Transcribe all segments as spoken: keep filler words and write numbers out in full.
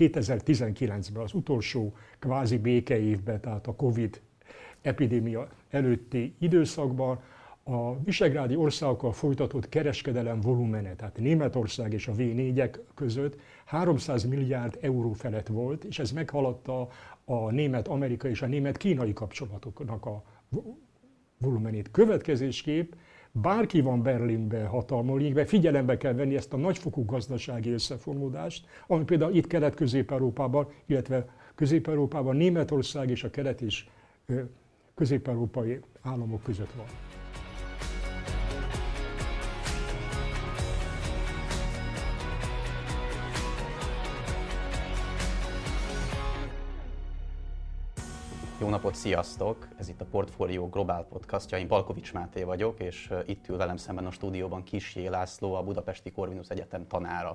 kétezer-tizenkilencben, az utolsó kvázi békeévben, tehát a Covid epidémia előtti időszakban a visegrádi országokkal folytatott kereskedelem volumene, tehát Németország és a vé négyek között háromszáz milliárd euró felett volt, és ez meghaladta a német-amerikai és a német-kínai kapcsolatoknak a volumenét. Következésképp bárki van Berlinben hatalmon, de figyelembe kell venni ezt a nagyfokú gazdasági összefonódást, ami például itt Kelet-Közép-Európában, illetve Közép-Európában Németország és a kelet- és közép-európai államok között van. Jó napot, sziasztok! Ez itt a Portfolio Globál podcastja, én Balkovics Máté vagyok, és itt ül velem szemben a stúdióban Kissé László, a Budapesti Corvinus Egyetem tanára.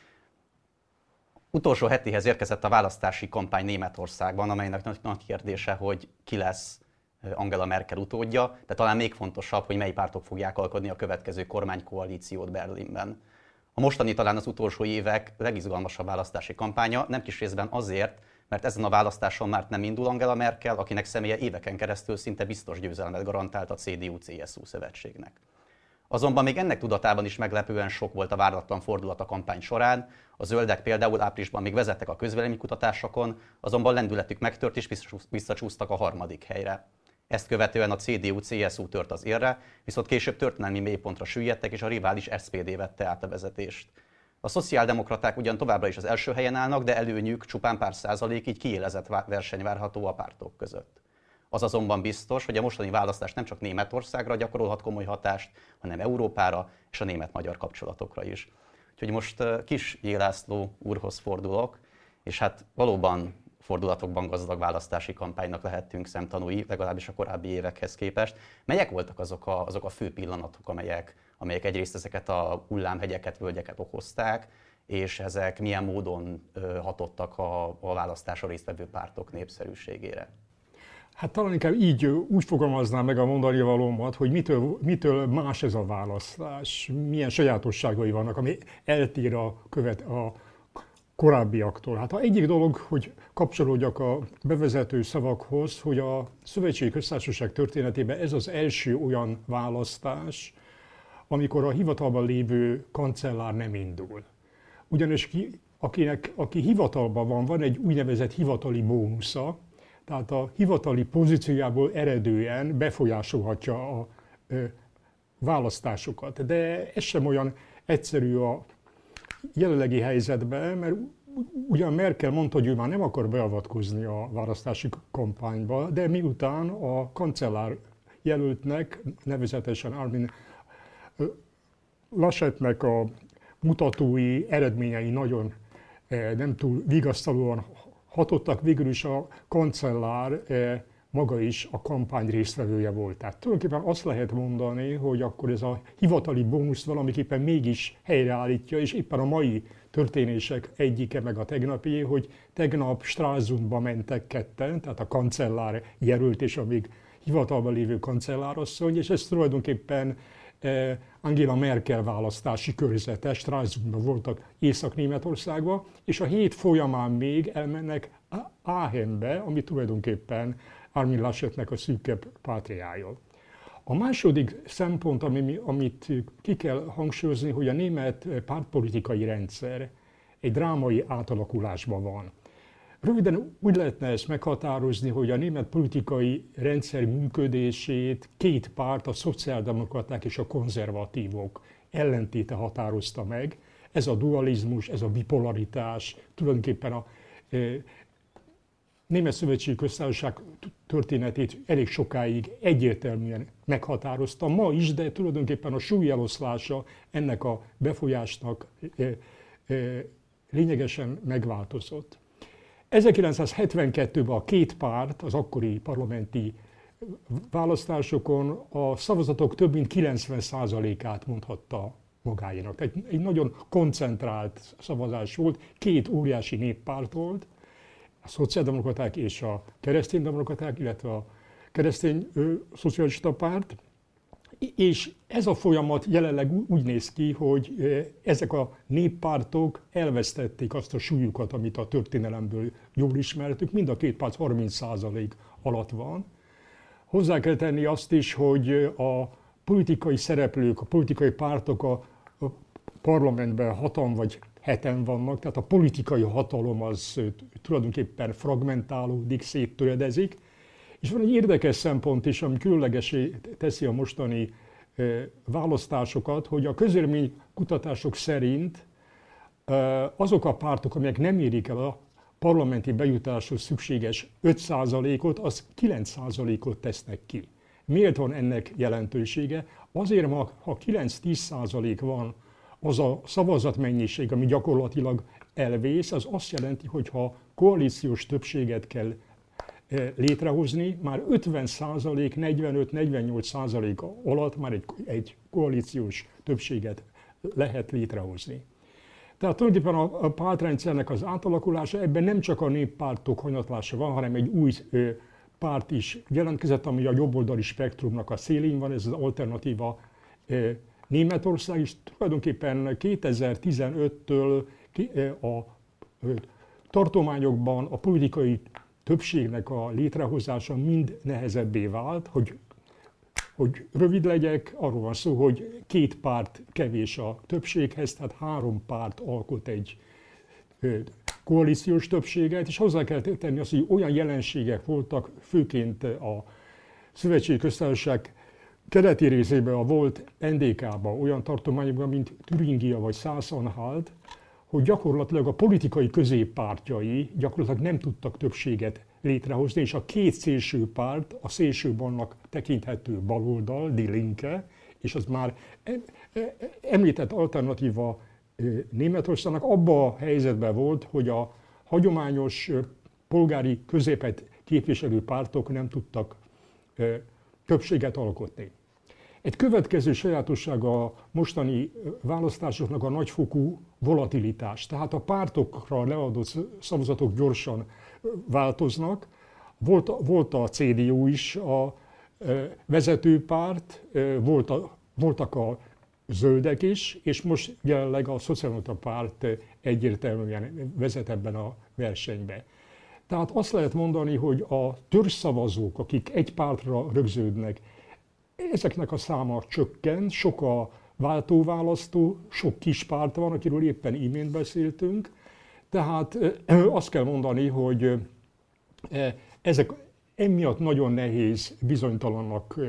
Utolsó hetihez érkezett a választási kampány Németországban, amelynek nagy, nagy kérdése, hogy ki lesz Angela Merkel utódja, de talán még fontosabb, hogy mely pártok fogják alkotni a következő kormánykoalíciót Berlinben. A mostani talán az utolsó évek legizgalmasabb választási kampánya, nem kis részben azért, mert ezen a választáson már nem indul Angela Merkel, akinek személye éveken keresztül szinte biztos győzelmet garantált a cé dé u-cé es u szövetségnek. Azonban még ennek tudatában is meglepően sok volt a váratlan fordulat a kampány során. A zöldek például áprilisban még vezettek a közvéleménykutatásokon, azonban lendületük megtört és visszacsúsztak a harmadik helyre. Ezt követően a cé dé u-cé es u tört az élre, viszont később történelmi mélypontra süllyedtek, és a rivális es pé dé vette át a vezetést. A szociáldemokraták ugyan továbbra is az első helyen állnak, de előnyük csupán pár százalék, így kiélezett verseny várható a pártok között. Az azonban biztos, hogy a mostani választás nem csak Németországra gyakorolhat komoly hatást, hanem Európára és a német-magyar kapcsolatokra is. Úgyhogy most Kissé László úrhoz fordulok, és hát valóban fordulatokban gazdag választási kampánynak lehettünk szemtanúi, legalábbis a korábbi évekhez képest. Melyek voltak azok a, azok a fő pillanatok, amelyek, amelyek egyrészt ezeket a hullámhegyeket, völgyeket okozták, és ezek milyen módon ö, hatottak a, a választáson résztvevő pártok népszerűségére? Hát talán inkább így úgy fogalmaznám meg a mondani valómat, hogy mitől, mitől más ez a választás, milyen sajátosságai vannak, ami eltér a, követ, a korábbiaktól. Hát a egyik dolog, hogy kapcsolódjak a bevezető szavakhoz, hogy a Szövetségi Köztársaság történetében ez az első olyan választás, amikor a hivatalban lévő kancellár nem indul. Ugyanis ki, akinek, aki hivatalban van, van egy úgynevezett hivatali bónusza, tehát a hivatali pozíciójából eredően befolyásolhatja a ö, választásokat. De ez sem olyan egyszerű a jelenlegi helyzetben, mert ugyan Merkel mondta, hogy ő már nem akar beavatkozni a választási kampányba, de miután a kancellár jelöltnek, nevezetesen Armin Laschetnek a mutatói, eredményei nagyon nem túl vigasztalóan hatottak, végül is a kancellár maga is a kampány résztvevője volt. Tehát tulajdonképpen azt lehet mondani, hogy akkor ez a hivatali bónusz valamiképpen mégis helyreállítja, és éppen a mai történések egyike meg a tegnapi, hogy tegnap Stralsundba mentek ketten, tehát a kancellár jelölt és a még hivatalban lévő kancellárasszony, és ez tulajdonképpen Angela Merkel választási körzete, Stralsundban voltak Észak-Németországban, és a hét folyamán még elmennek Aachenbe, ami tulajdonképpen Armin Laschetnek a szűkebb pátriája. A második szempont, amit ki kell hangsúlyozni, hogy a német pártpolitikai rendszer egy drámai átalakulásban van. Röviden úgy lehetne ezt meghatározni, hogy a német politikai rendszer működését két párt, a szociáldemokraták és a konzervatívok ellentéte határozta meg. Ez a dualizmus, ez a bipolaritás tulajdonképpen a e, Német Szövetségi Köztársaság történetét elég sokáig egyértelműen meghatározta. Ma is, de tulajdonképpen a súlyeloszlása ennek a befolyásnak e, e, lényegesen megváltozott. ezerkilencszázhetvenkettőben a két párt az akkori parlamenti választásokon a szavazatok több mint kilencven százalékát mondhatta magáénak. Tehát egy nagyon koncentrált szavazás volt, két óriási néppárt volt, a szociáldemokraták és a kereszténydemokraták, illetve a keresztény ö, szocialista párt, És ez a folyamat jelenleg úgy néz ki, hogy ezek a néppártok elvesztették azt a súlyukat, amit a történelemből jól ismertük. Mind a két párt harminc százalék alatt van. Hozzá kell tenni azt is, hogy a politikai szereplők, a politikai pártok a parlamentben hatan vagy heten vannak, tehát a politikai hatalom az tulajdonképpen fragmentálódik, széttöredezik. És van egy érdekes szempont is, ami különlegesé teszi a mostani választásokat, hogy a közvéleménykutatások szerint azok a pártok, amelyek nem érik el a parlamenti bejutáshoz szükséges öt százalékot, az kilenc százalékot tesznek ki. Miért van ennek jelentősége? Azért, ha kilenc-tíz százalék van az a szavazatmennyiség, ami gyakorlatilag elvész, az azt jelenti, hogy ha koalíciós többséget kell létrehozni, már ötven százalék, negyvenöt-negyvennyolc százalék alatt már egy, egy koalíciós többséget lehet létrehozni. Tehát tulajdonképpen a, a pártrendszernek az átalakulása, ebben nem csak a néppártok hanyatlása van, hanem egy új ö, párt is jelentkezett, ami a jobboldali spektrumnak a szélén van, ez az alternatíva ö, Németország, és tulajdonképpen kétezer-tizenöttől a ö, tartományokban a politikai többségnek a létrehozása mind nehezebbé vált, hogy, hogy rövid legyek, arról van szó, hogy két párt kevés a többséghez, tehát három párt alkot egy ö, koalíciós többséget, és hozzá kell tenni azt, hogy olyan jelenségek voltak, főként a Szövetségi Köztársaság keleti részében, a volt en dé ká-ban, olyan tartományokban, mint Türingia vagy Szászanhalt, hogy gyakorlatilag a politikai középpártjai gyakorlatilag nem tudtak többséget létrehozni, és a két szélső párt, a szélsőbalnak tekinthető baloldal, Die Linke, és az már említett alternatíva Németországnak abban a helyzetben volt, hogy a hagyományos polgári középet képviselő pártok nem tudtak többséget alkotni. Egy következő sajátossága a mostani választásoknak a nagyfokú volatilitás. Tehát a pártokra leadott szavazatok gyorsan változnak. Volt, volt a cé dé u is a vezető párt, volt a, voltak a zöldek is, és most jelenleg a szociáldemokrata párt egyértelműen vezet ebben a versenyben. Tehát azt lehet mondani, hogy a törzsszavazók, akik egy pártra rögződnek, ezeknek a száma csökken, sok a váltóválasztó, sok kis párt van, akiről éppen imént beszéltünk. Tehát azt kell mondani, hogy ezek emiatt nagyon nehéz bizonytalannak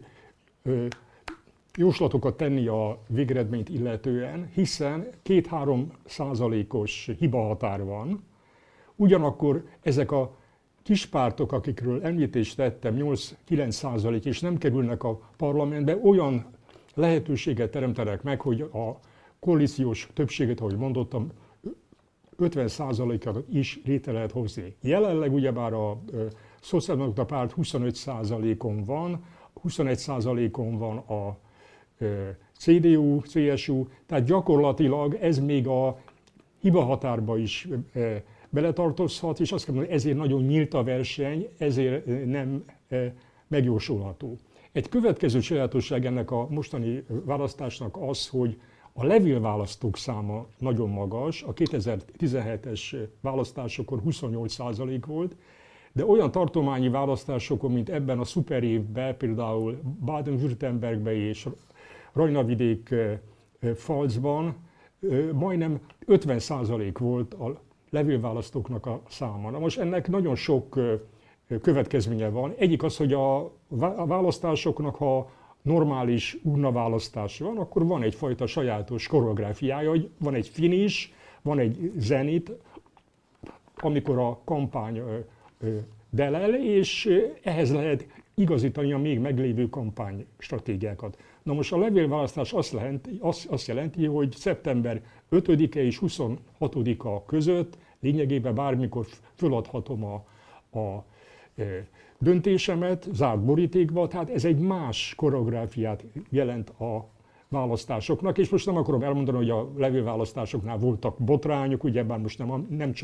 jóslatokat tenni a végeredményt illetően, hiszen két-három százalékos hibahatár van. Ugyanakkor ezek a kis pártok, akikről említést tettem, nyolc-kilenc százalék és nem kerülnek a parlamentbe, olyan lehetőséget teremtenek meg, hogy a koalíciós többséget, ahogy mondottam, ötven százalékot is létre lehet hozni. Jelenleg ugyebár a szociáldemokrata párt huszonöt százalékon van, huszonegy százalékon van a cé dé u, cé es u, tehát gyakorlatilag ez még a hibahatárba is beletartozhat, és azt kell mondani, ezért nagyon nyílt a verseny, ezért nem megjósolható. Egy következő sajátosság ennek a mostani választásnak az, hogy a levélválasztók száma nagyon magas, a kétezer-tizenhetes választásokon huszonnyolc százalék volt, de olyan tartományi választásokon, mint ebben a szuperévben, például Baden-Württembergben és Rajnavidék Pfalzban majdnem ötven százalék volt a levélválasztóknak a száma. Na most ennek nagyon sok következménye van. Egyik az, hogy a választásoknak, ha normális urnaválasztás van, akkor van egyfajta sajátos koreográfiája, hogy van egy finish, van egy zenit, amikor a kampány delel, és ehhez lehet igazítani a még meglévő kampány stratégiákat. Na most a levélválasztás azt jelenti, azt, azt jelenti, hogy szeptember ötödike és huszonhatodika között lényegében bármikor föladhatom a, a e, döntésemet zárt borítékba, tehát ez egy más koreográfiát jelent a választásoknak, és most nem akarom elmondani, hogy a levélválasztásoknál voltak botrányok, ugyebár most nem, nem csak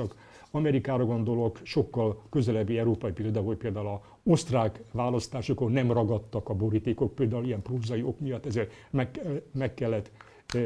Amerikára gondolok, sokkal közelebbi európai példa, hogy például az osztrák választásokon nem ragadtak a borítékok, például ilyen prózai ok miatt, ezért meg, meg kellett e,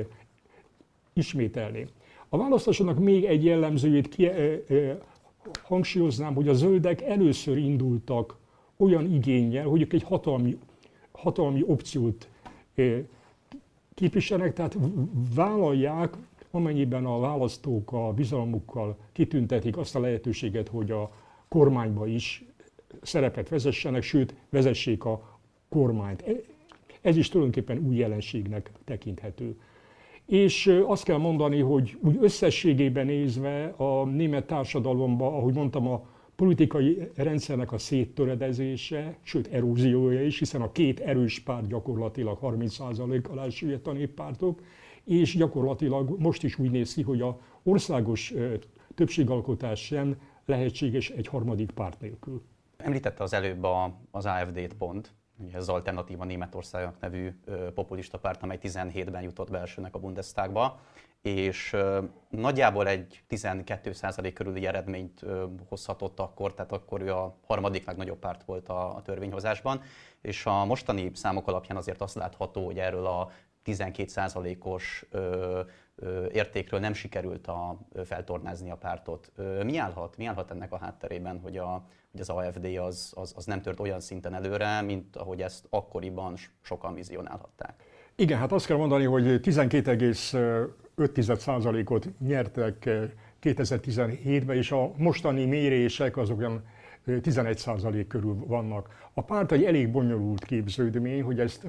ismételni. A választásoknak még egy jellemzőjét ki, e, e, hangsúlyoznám, hogy a zöldek először indultak olyan igénnyel, hogy ők egy hatalmi, hatalmi opciót e, képviselnek, tehát vállalják, amennyiben a választók a bizalmukkal kitüntetik azt a lehetőséget, hogy a kormányba is szerepet vezessenek, sőt, vezessék a kormányt. Ez is tulajdonképpen új jelenségnek tekinthető. És azt kell mondani, hogy úgy összességében nézve a német társadalomban, ahogy mondtam, a politikai rendszernek a széttöredezése, sőt eróziója is, hiszen a két erős párt gyakorlatilag harminc százalék alá süllyedt a néppártok, és gyakorlatilag most is úgy néz ki, hogy az országos többségalkotás sem lehetséges egy harmadik párt nélkül. Említette az előbb a, az á ef dét pont, ez az Alternatíva Németországnak nevű populista párt, amely tizenhétben jutott be elsőnek a Bundestagba, és nagyjából egy tizenkét százalék körüli eredményt hozhatott akkor, tehát akkor ő a harmadik legnagyobb párt volt a, a törvényhozásban, és a mostani számok alapján azért azt látható, hogy erről a tizenkét százalékos értékről nem sikerült a, feltornázni a pártot. Mi állhat, mi állhat ennek a hátterében, hogy, a, hogy az á ef dé az, az, az nem tört olyan szinten előre, mint ahogy ezt akkoriban sokan vizionálhatták? Igen, hát azt kell mondani, hogy tizenkét egész öt százalékot nyertek kétezer-tizenhétben, és a mostani mérések azok olyan tizenegy százalék körül vannak. A párt egy elég bonyolult képződmény, hogy ezt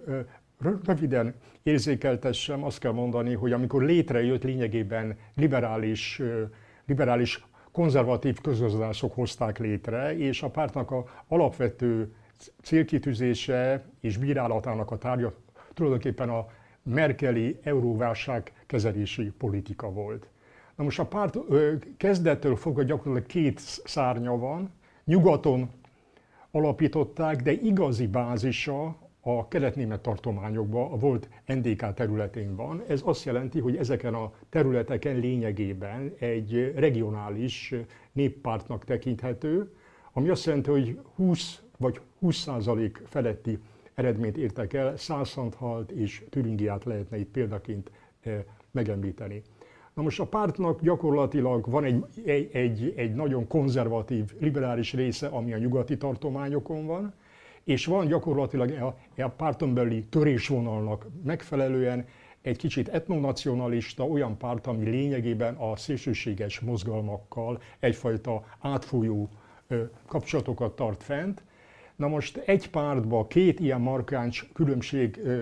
röviden érzékeltessem, azt kell mondani, hogy amikor létrejött, lényegében liberális, liberális konzervatív közgazdászok hozták létre, és a pártnak az alapvető célkitűzése és bírálatának a tárgya tulajdonképpen a merkeli euróválság kezelési politika volt. Na most a párt kezdettől fogva gyakorlatilag két szárnya van, nyugaton alapították, de igazi bázisa a kelet-német tartományokban, a volt en dé ká területén van. Ez azt jelenti, hogy ezeken a területeken lényegében egy regionális néppártnak tekinthető, ami azt jelenti, hogy húsz vagy húsz százalék feletti eredményt értek el, Szászandhalt és Türingiát lehetne itt példaként megemlíteni. Na most a pártnak gyakorlatilag van egy, egy, egy, egy nagyon konzervatív, liberális része, ami a nyugati tartományokon van, és van gyakorlatilag a, a párton belüli törésvonalnak megfelelően egy kicsit etnonacionalista, olyan párt, ami lényegében a szélsőséges mozgalmakkal egyfajta átfújó ö, kapcsolatokat tart fent. Na most egy pártba két ilyen markáns különbség ö,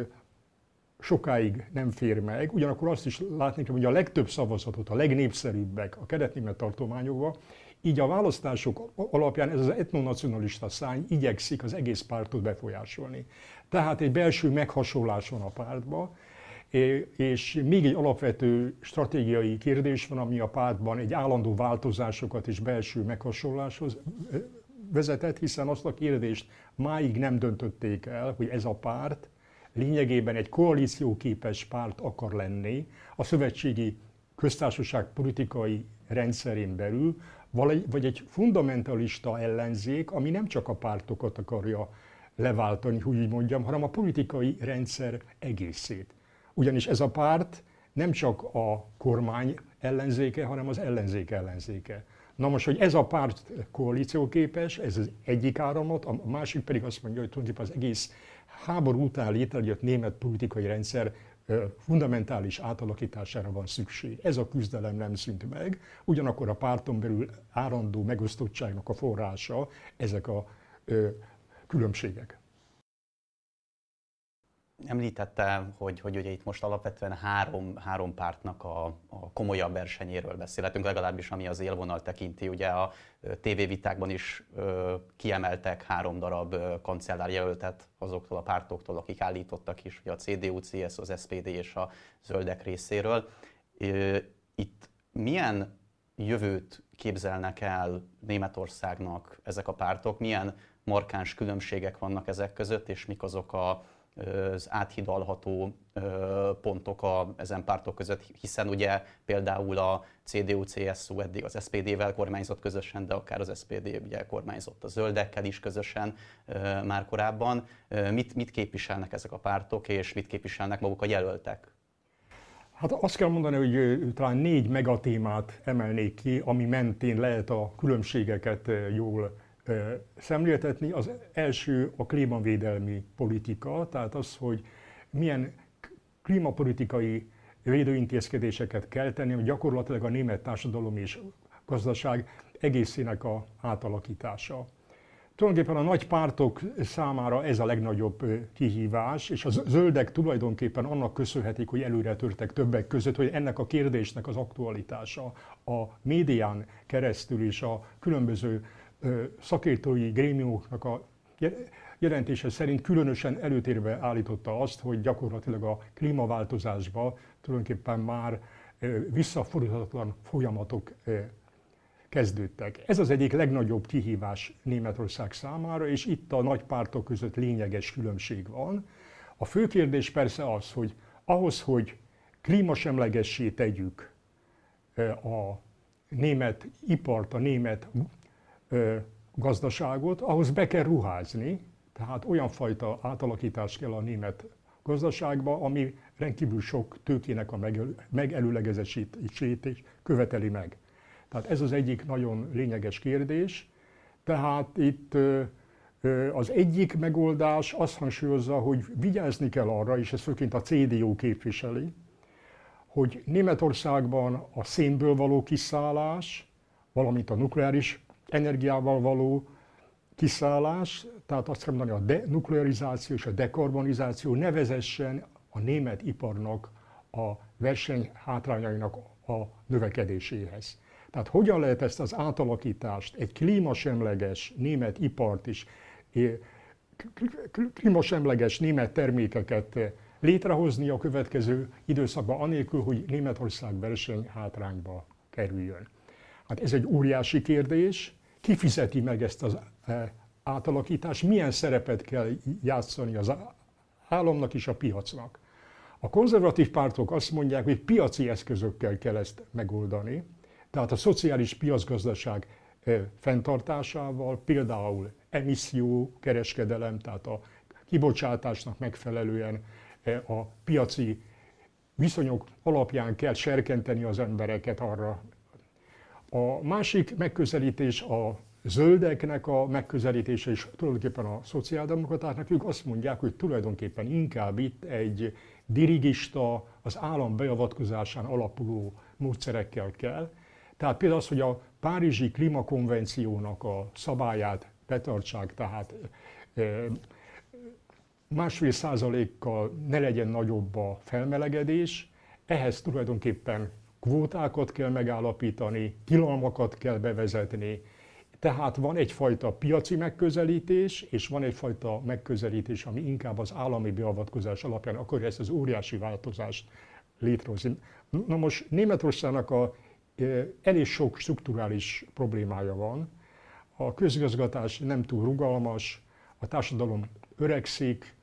sokáig nem fér meg, ugyanakkor azt is látni kell, hogy a legtöbb szavazatot, a legnépszerűbbek a kelet-német tartományokban, így a választások alapján ez az etnonacionalista szárny igyekszik az egész pártot befolyásolni. Tehát egy belső meghasonlás van a pártban, és még egy alapvető stratégiai kérdés van, ami a pártban egy állandó változásokat és belső meghasonláshoz vezetett, hiszen azt a kérdést máig nem döntötték el, hogy ez a párt lényegében egy koalícióképes párt akar lenni a szövetségi köztársaság politikai rendszerén belül, vagy egy fundamentalista ellenzék, ami nem csak a pártokat akarja leváltani, hogy így mondjam, hanem a politikai rendszer egészét. Ugyanis ez a párt nem csak a kormány ellenzéke, hanem az ellenzék ellenzéke. Na most, hogy ez a párt koalícióképes, ez az egyik áramlat, a másik pedig azt mondja, hogy tulajdonképpen az egész háború után létrejött német politikai rendszer fundamentális átalakítására van szükség. Ez a küzdelem nem szűnt meg, ugyanakkor a párton belül állandó megosztottságnak a forrása ezek a ö, különbségek. Említette, hogy, hogy ugye itt most alapvetően három, három pártnak a, a komolyabb versenyéről beszélhetünk, legalábbis ami az élvonal tekinti. Ugye a tévévitákban is ö, kiemeltek három darab ö, kancellárjelöltet azoktól a pártoktól, akik állítottak is, ugye a cé dé u, cé es u, az es pé dé és a zöldek részéről. Ö, itt milyen jövőt képzelnek el Németországnak ezek a pártok, milyen markáns különbségek vannak ezek között, és mik azok a az áthidalható pontok a, ezen pártok között, hiszen ugye például a cé dé u cé es u eddig az es pé dé-vel kormányzott közösen, de akár az es pé dé ugye kormányzott a zöldekkel is közösen már korábban. Mit, mit képviselnek ezek a pártok, és mit képviselnek maguk a jelöltek? Hát azt kell mondani, hogy talán négy megatémát emelnék ki, ami mentén lehet a különbségeket jól szemléltetni. Az első a klímavédelmi politika, tehát az, hogy milyen klímapolitikai védőintézkedéseket kell tenni, hogy gyakorlatilag a német társadalom és gazdaság egészének a átalakítása. Tulajdonképpen a nagy pártok számára ez a legnagyobb kihívás, és a zöldek tulajdonképpen annak köszönhetik, hogy előre törtek többek között, hogy ennek a kérdésnek az aktualitása a médián keresztül és a különböző szakértői grémiumoknak a jelentése szerint különösen előtérbe állította azt, hogy gyakorlatilag a klímaváltozásban tulajdonképpen már visszafordíthatatlan folyamatok kezdődtek. Ez az egyik legnagyobb kihívás Németország számára, és itt a nagy pártok között lényeges különbség van. A fő kérdés persze az, hogy ahhoz, hogy klímasemlegessé tegyük a német ipart, a német gazdaságot, ahhoz be kell ruházni, tehát olyan fajta átalakítás kell a német gazdaságba, ami rendkívül sok tőkének a megelőlegezését követeli meg. Tehát ez az egyik nagyon lényeges kérdés. Tehát itt az egyik megoldás azt hangsúlyozza, hogy vigyázni kell arra, és ez főként a cé dé u képviseli, hogy Németországban a szénből való kiszállás, valamint a nukleáris energiával való kiszállás, tehát azt kell mondani, a denuklearizáció és a dekarbonizáció ne vezessen a német iparnak a versenyhátrányainak a növekedéséhez. Tehát hogyan lehet ezt az átalakítást, egy klímasemleges német ipart is, klímasemleges német termékeket létrehozni a következő időszakban, anélkül, hogy Németország versenyhátrányba kerüljön. Hát ez egy óriási kérdés. Ki fizeti meg ezt az átalakítást, milyen szerepet kell játszani az államnak és a piacnak. A konzervatív pártok azt mondják, hogy piaci eszközökkel kell ezt megoldani, tehát a szociális piacgazdaság fenntartásával, például emissziókereskedelem, tehát a kibocsátásnak megfelelően a piaci viszonyok alapján kell serkenteni az embereket arra. A másik megközelítés a zöldeknek a megközelítése, és tulajdonképpen a szociáldemokratáknak, ők azt mondják, hogy tulajdonképpen inkább itt egy dirigista, az állam beavatkozásán alapuló módszerekkel kell. Tehát például az, hogy a Párizsi Klímakonvenciónak a szabályát betartsák, tehát másfél százalékkal ne legyen nagyobb a felmelegedés, ehhez tulajdonképpen kvótákat kell megállapítani, tilalmakat kell bevezetni, tehát van egyfajta piaci megközelítés, és van egyfajta megközelítés, ami inkább az állami beavatkozás alapján akarja ezt az óriási változást létrehozni. Na most Németországnak a, elég sok strukturális problémája van. A közigazgatás nem túl rugalmas, a társadalom öregszik,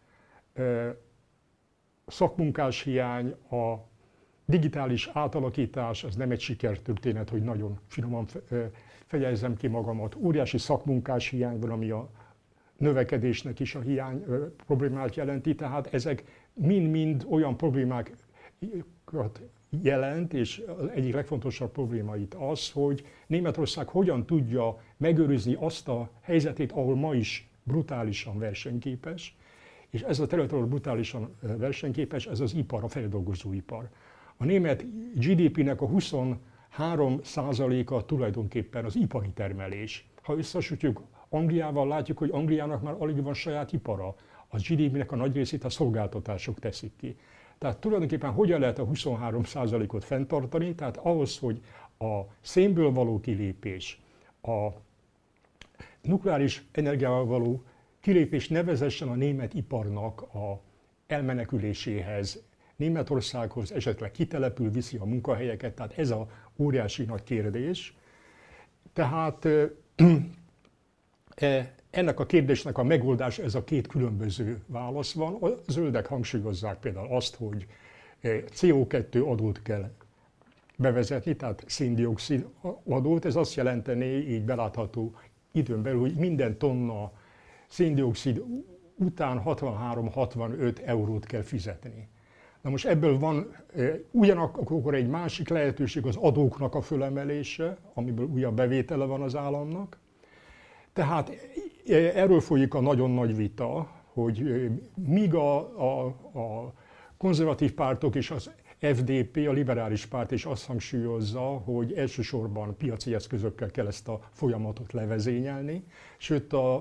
szakmunkás hiány, a digitális átalakítás, az nem egy sikertörténet, hogy nagyon finoman fejezzem ki magamat. Óriási szakmunkás hiány van, ami a növekedésnek is a hiány problémát jelenti, tehát ezek mind-mind olyan problémákat jelent, és az egyik legfontosabb probléma itt az, hogy Németország hogyan tudja megőrizni azt a helyzetét, ahol ma is brutálisan versenyképes, és ez a terület, ahol brutálisan versenyképes, ez az ipar, a feldolgozóipar. A német gé dé pé-nek a huszonhárom százaléka tulajdonképpen az ipari termelés. Ha összesítjük Angliával, látjuk, hogy Angliának már alig van saját ipara. A gé dé pé-nek a nagy részét a szolgáltatások teszik ki. Tehát tulajdonképpen hogyan lehet a huszonhárom százalékot fenntartani? Tehát ahhoz, hogy a szénből való kilépés, a nukleáris energiával való kilépés ne vezessen a német iparnak a elmeneküléséhez, Németországhoz, esetleg kitelepül, viszi a munkahelyeket, tehát ez a óriási nagy kérdés. Tehát ennek a kérdésnek a megoldása, ez a két különböző válasz van. A zöldek hangsúlyozzák például azt, hogy cé o kettő adót kell bevezetni, tehát szén-dioxid adót. Ez azt jelenteni, így belátható időn belül, hogy minden tonna szén-dioxid után hatvanhárom-hatvanöt eurót kell fizetni. Na most ebből van ugyanakkor egy másik lehetőség az adóknak a fölemelése, amiből újabb bevétele van az államnak. Tehát erről folyik a nagyon nagy vita, hogy míg a, a, a konzervatív pártok és az ef dé pé, a liberális párt is azt hangsúlyozza, hogy elsősorban piaci eszközökkel kell ezt a folyamatot levezényelni, sőt a,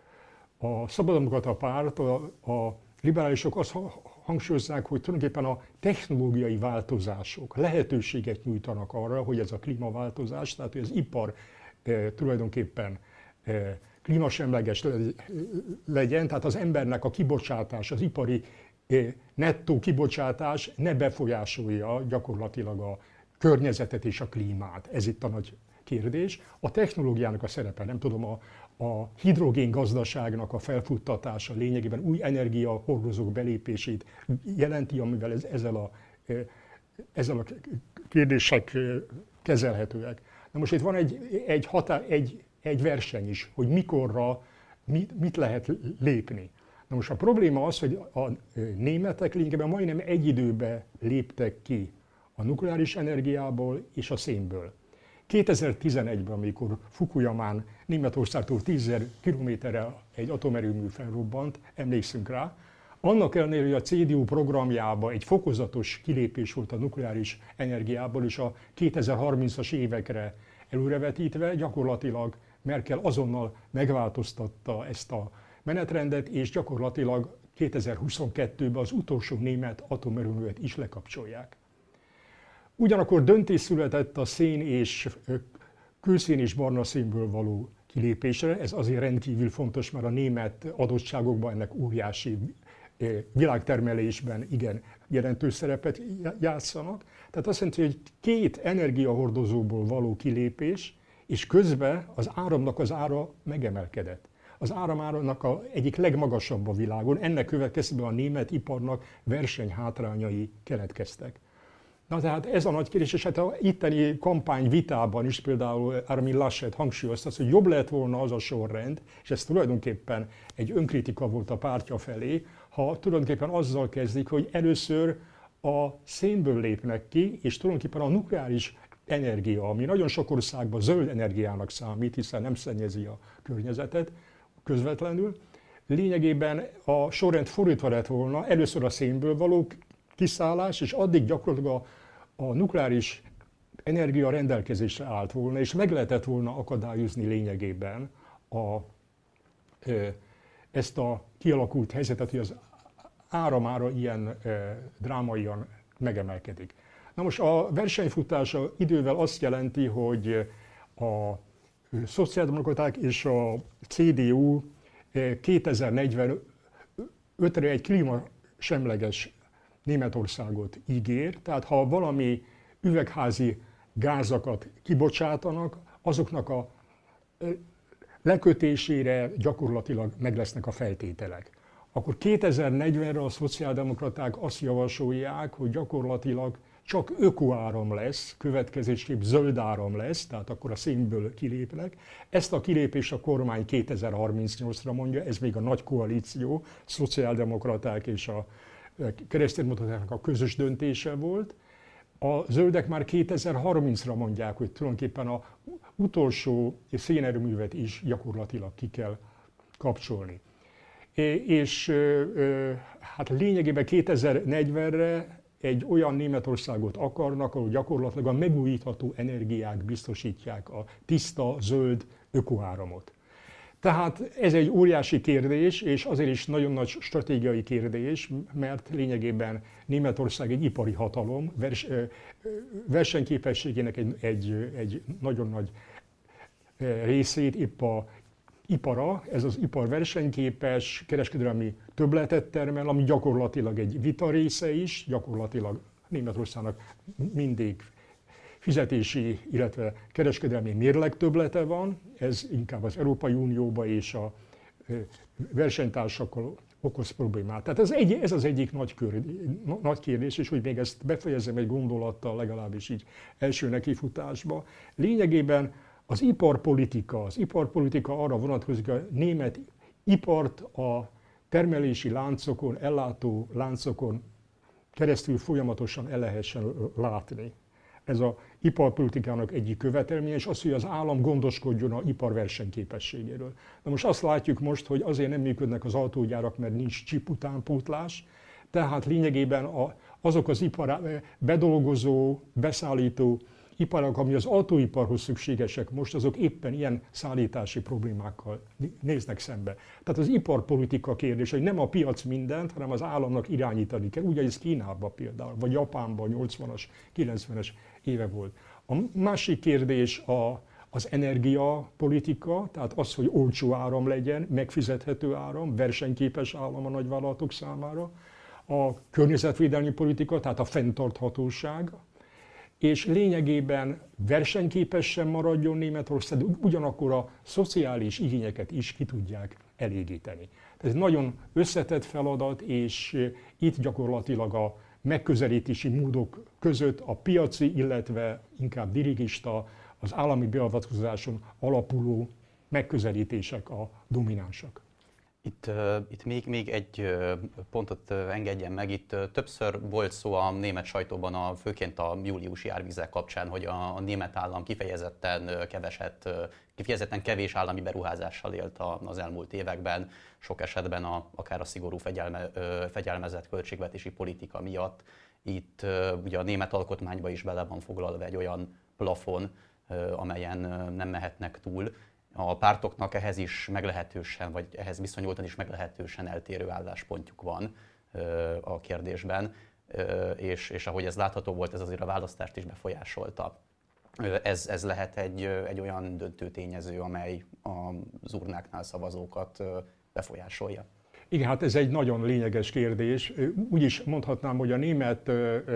a szabaddemokrata párt, a, a liberálisok azt hangsúlyozzák, hogy tulajdonképpen a technológiai változások lehetőséget nyújtanak arra, hogy ez a klímaváltozás, tehát hogy az ipar e, tulajdonképpen e, klímasemleges legyen, tehát az embernek a kibocsátás, az ipari e, nettó kibocsátás ne befolyásolja gyakorlatilag a környezetet és a klímát. Ez itt a nagy kérdés. A technológiának a szerepe, nem tudom, a, a hidrogén gazdaságnak a felfuttatása lényegében új energiahordozók belépését jelenti, amivel ez, ezzel, a, ezzel a kérdések kezelhetőek. Na most itt van egy, egy, határ, egy, egy verseny is, hogy mikorra mit, mit lehet lépni. Na most a probléma az, hogy a németek lényegében majdnem egy időben léptek ki a nukleáris energiából és a szénből. kétezer-tizenegyben, amikor Fukuyamán Németországtól tízezer kilométerre egy atomerőmű felrobbant, emlékszünk rá, annak ellenére, hogy a cé dé u programjában egy fokozatos kilépés volt a nukleáris energiából, és a kétezer-harmincas évekre előrevetítve, gyakorlatilag Merkel azonnal megváltoztatta ezt a menetrendet, és gyakorlatilag kétezer-huszonkettőben az utolsó német atomerőművet is lekapcsolják. Ugyanakkor döntés született a szén és kőszén és barna szénből való kilépésre. Ez azért rendkívül fontos, mert a német adottságokban ennek óriási világtermelésben igen jelentős szerepet játszanak. Tehát azt jelenti, hogy két energiahordozóból való kilépés, és közben az áramnak az ára megemelkedett. Az áramárának a egyik legmagasabb a világon, ennek következtében a német iparnak versenyhátrányai keletkeztek. Na tehát ez a nagy kérdés, és hát a itteni kampány vitában is például Armin Laschet hangsúlyozta, hogy jobb lett volna az a sorrend, és ez tulajdonképpen egy önkritika volt a pártja felé, ha tulajdonképpen azzal kezdik, hogy először a szénből lépnek ki, és tulajdonképpen a nukleáris energia, ami nagyon sok országban zöld energiának számít, hiszen nem szennyezi a környezetet közvetlenül, lényegében a sorrend fordítva lett volna, először a szénből való kiszállás, és addig gyakorlatilag a a nukleáris energia rendelkezésre állt volna, és meg lehetett volna akadályozni lényegében a, ezt a kialakult helyzetet, hogy az áramára ilyen drámaian megemelkedik. Na most a versenyfutása idővel azt jelenti, hogy a szociáldemokraták és a cé dé u kétezer-negyvenötre egy klímasemleges Németországot ígér, tehát ha valami üvegházi gázakat kibocsátanak, azoknak a lekötésére gyakorlatilag meg lesznek a feltételek. Akkor kétezer-negyvenre a szociáldemokraták azt javasolják, hogy gyakorlatilag csak ökoáram lesz, következésképp zöld áram lesz, tehát akkor a szénből kilépnek. Ezt a kilépést a kormány kétezer-harmincnyolcra mondja, ez még a nagy koalíció, szociáldemokraták és a kereszténydemokratáknak a közös döntése volt. A zöldek már kétezer-harmincra mondják, hogy tulajdonképpen az utolsó szénerőművet is gyakorlatilag ki kell kapcsolni. És hát lényegében kétezer-negyvenre egy olyan Németországot akarnak, ahol gyakorlatilag a megújítható energiák biztosítják a tiszta, zöld ökoáramot. Tehát ez egy óriási kérdés, és azért is nagyon nagy stratégiai kérdés, mert lényegében Németország egy ipari hatalom, vers, versenyképességének egy, egy, egy nagyon nagy részét épp a ipara, ez az ipar versenyképes, kereskedelmi többletet termel, ami gyakorlatilag egy vita része is, gyakorlatilag Németországnak mindig fizetési, illetve kereskedelmi mérleg többlete van, ez inkább az Európai Unióban és a versenytársakkal okoz problémát. Tehát ez, egy, ez az egyik nagy, kör, nagy kérdés, és hogy még ezt befejezem egy gondolattal, legalábbis így első nekifutásba. Lényegében az iparpolitika, az iparpolitika arra vonatkozik, hogy a német ipart a termelési láncokon, ellátó láncokon keresztül folyamatosan el lehessen látni. Ez az iparpolitikának egyik követelménye, és az, hogy az állam gondoskodjon az ipar versenyképességéről. Na most azt látjuk most, hogy azért nem működnek az autógyárak, mert nincs chip utánpótlás, tehát lényegében a, azok az ipar, bedolgozó, beszállító iparak, ami az autóiparhoz szükségesek most, azok éppen ilyen szállítási problémákkal néznek szembe. Tehát az iparpolitika kérdés, hogy nem a piac mindent, hanem az államnak irányítani kell. Ugye ez Kínában például, vagy Japánban nyolcvanas, kilencvenes éve volt. A másik kérdés a, az energiapolitika, tehát az, hogy olcsó áram legyen, megfizethető áram, versenyképes áram a nagyvállalatok számára. A környezetvédelmi politika, tehát a fenntarthatóság, és lényegében versenyképesen maradjon Németország, de ugyanakkor a szociális igényeket is ki tudják elégíteni. Ez egy nagyon összetett feladat, és itt gyakorlatilag a megközelítési módok között a piaci, illetve inkább dirigista, az állami beavatkozáson alapuló megközelítések a dominánsak. Itt, uh, itt még, még egy uh, pontot uh, engedjen meg. Itt uh, többször volt szó a német sajtóban, a, főként a júliusi árvizek kapcsán, hogy a, a német állam kifejezetten uh, keveset, uh, kifejezetten kevés állami beruházással élt a, az elmúlt években, sok esetben a, akár a szigorú fegyelme, uh, fegyelmezett költségvetési politika miatt. Itt uh, ugye a német alkotmányba is bele van foglalva egy olyan plafon, uh, amelyen uh, nem mehetnek túl. A pártoknak ehhez is meglehetősen, vagy ehhez viszonyultan is meglehetősen eltérő álláspontjuk van a kérdésben, és, és ahogy ez látható volt, ez azért a választást is befolyásolta. Ez, ez lehet egy, egy olyan döntő tényező, amely az urnáknál szavazókat befolyásolja. Igen, hát ez egy nagyon lényeges kérdés. Úgy is mondhatnám, hogy a német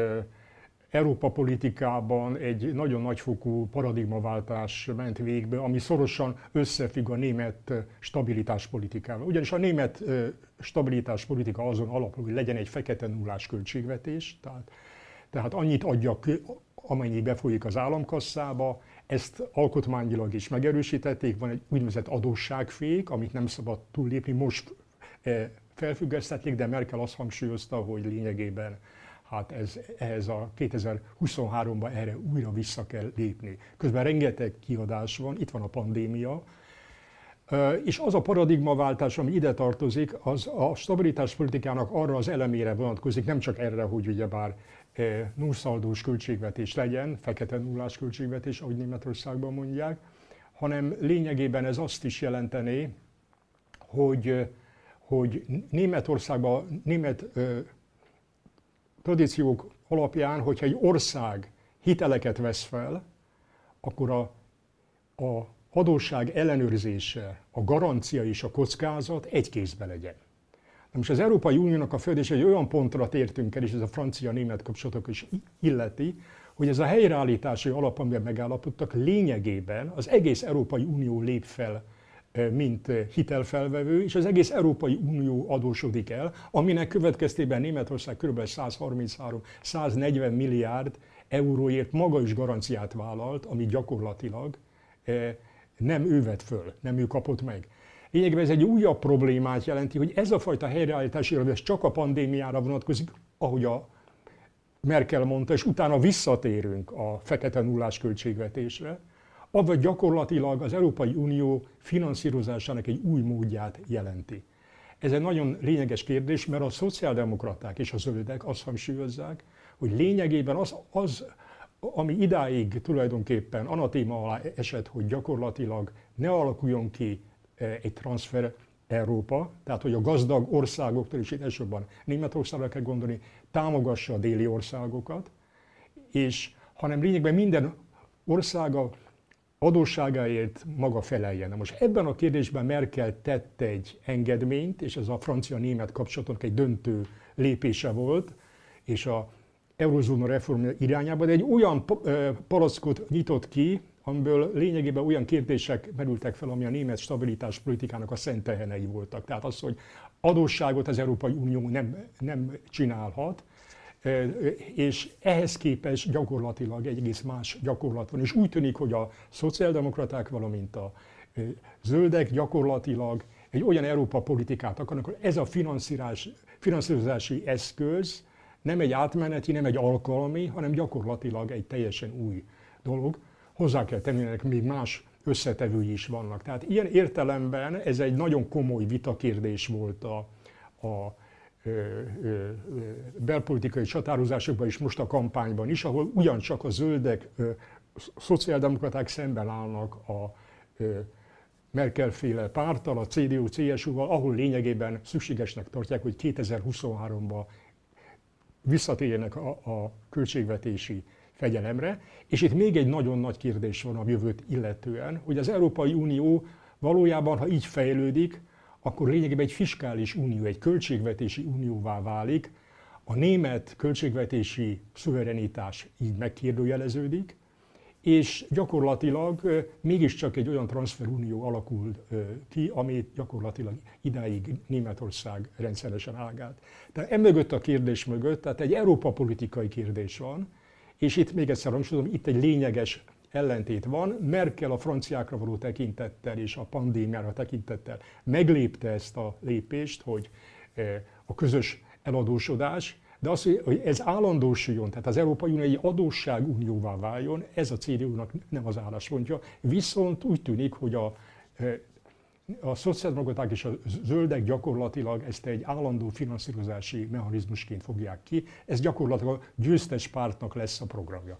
Európa politikában egy nagyon nagyfokú paradigmaváltás ment végbe, ami szorosan összefügg a német stabilitáspolitikával. Ugyanis a német stabilitáspolitika azon alapul, hogy legyen egy fekete nullás költségvetés, tehát, tehát annyit adjak, amennyi befolyik az államkasszába, ezt alkotmányilag is megerősítették, van egy úgynevezett adósságfék, amit nem szabad túllépni, most felfüggesztették, de Merkel azt hangsúlyozta, hogy lényegében hát ez, ehhez a kétezer-huszonháromban erre újra vissza kell lépni. Közben rengeteg kiadás van, itt van a pandémia, és az a paradigmaváltás, ami ide tartozik, az a stabilitáspolitikának arra az elemére vonatkozik, nem csak erre, hogy ugyebár nullszaldós költségvetés legyen, fekete nullás költségvetés, ahogy Németországban mondják, hanem lényegében ez azt is jelentené, hogy, hogy Németországban, német tradíciók alapján, hogyha egy ország hiteleket vesz fel, akkor a, a adósság ellenőrzése, a garancia és a kockázat egy kézbe legyen. Na most az Európai Uniónak a földése egy olyan pontra tértünk el, és ez a francia-német kapcsolatok is illeti, hogy ez a helyreállítási alap, amiben megállapodtak, lényegében az egész Európai Unió lép fel, mint hitelfelvevő, és az egész Európai Unió adósodik el, aminek következtében Németország kb. százharminchárom-száznegyven milliárd euróért maga is garanciát vállalt, ami gyakorlatilag nem ő vett föl, nem ő kapott meg. Lényegében ez egy újabb problémát jelenti, hogy ez a fajta helyreállítási alap csak a pandémiára vonatkozik, ahogy a Merkel mondta, és utána visszatérünk a fekete nullás költségvetésre, avval gyakorlatilag az Európai Unió finanszírozásának egy új módját jelenti. Ez egy nagyon lényeges kérdés, mert a szociáldemokraták és a zöldek azt hangsúlyozzák, hogy lényegében az, az, ami idáig tulajdonképpen anatéma alá esett, hogy gyakorlatilag ne alakuljon ki egy transfer Európa, tehát hogy a gazdag országoktól, és itt elsősorban Németországra kell gondolni, támogassa a déli országokat, és hanem lényegben minden országa adósságáért maga feleljen. Na most ebben a kérdésben Merkel tett egy engedményt, és ez a francia-német kapcsolatnak egy döntő lépése volt, és a eurozóna reformja irányába, de egy olyan palackot nyitott ki, amiből lényegében olyan kérdések merültek fel, ami a német stabilitás politikának a szent tehenei voltak. Tehát az, hogy adósságot az Európai Unió nem, nem csinálhat, és ehhez képest gyakorlatilag egy egész más gyakorlat van. És úgy tűnik, hogy a szociáldemokraták, valamint a zöldek gyakorlatilag egy olyan Európa politikát akarnak, hogy ez a finanszírozási eszköz nem egy átmeneti, nem egy alkalmi, hanem gyakorlatilag egy teljesen új dolog. Hozzá kell tenni, ennek még más összetevői is vannak. Tehát ilyen értelemben ez egy nagyon komoly vitakérdés volt a, a ö, ö, ö, belpolitikai csatározásokban és most a kampányban is, ahol ugyancsak a zöldek, ö, szociáldemokraták szemben állnak a ö, Merkel-féle párttal, a cé dé u cé es u-val, ahol lényegében szükségesnek tartják, hogy kétezer-huszonháromban visszatérjenek a, a költségvetési fegyelemre. És itt még egy nagyon nagy kérdés van a jövőt illetően, hogy az Európai Unió valójában, ha így fejlődik, akkor lényegében egy fiskális unió, egy költségvetési unióvá válik. A német költségvetési szuverenitás így megkérdőjeleződik, és gyakorlatilag mégiscsak egy olyan transferunió alakul ki, amit gyakorlatilag idáig Németország rendszeresen ágált. Tehát emögött a kérdés mögött, tehát egy Európa politikai kérdés van, és itt még egyszer hangsúlyozom, itt egy lényeges ellentét van. Merkel a franciákra való tekintettel és a pandémiára tekintettel meglépte ezt a lépést, hogy a közös eladósodás, de az, hogy ez állandósuljon, tehát az Európai Unió egy adósságunióvá váljon, ez a cé dé u-nak nem az álláspontja. Viszont úgy tűnik, hogy a, a szociáldemokraták és a zöldek gyakorlatilag ezt egy állandó finanszírozási mechanizmusként fogják ki. Ez gyakorlatilag a győztes pártnak lesz a programja.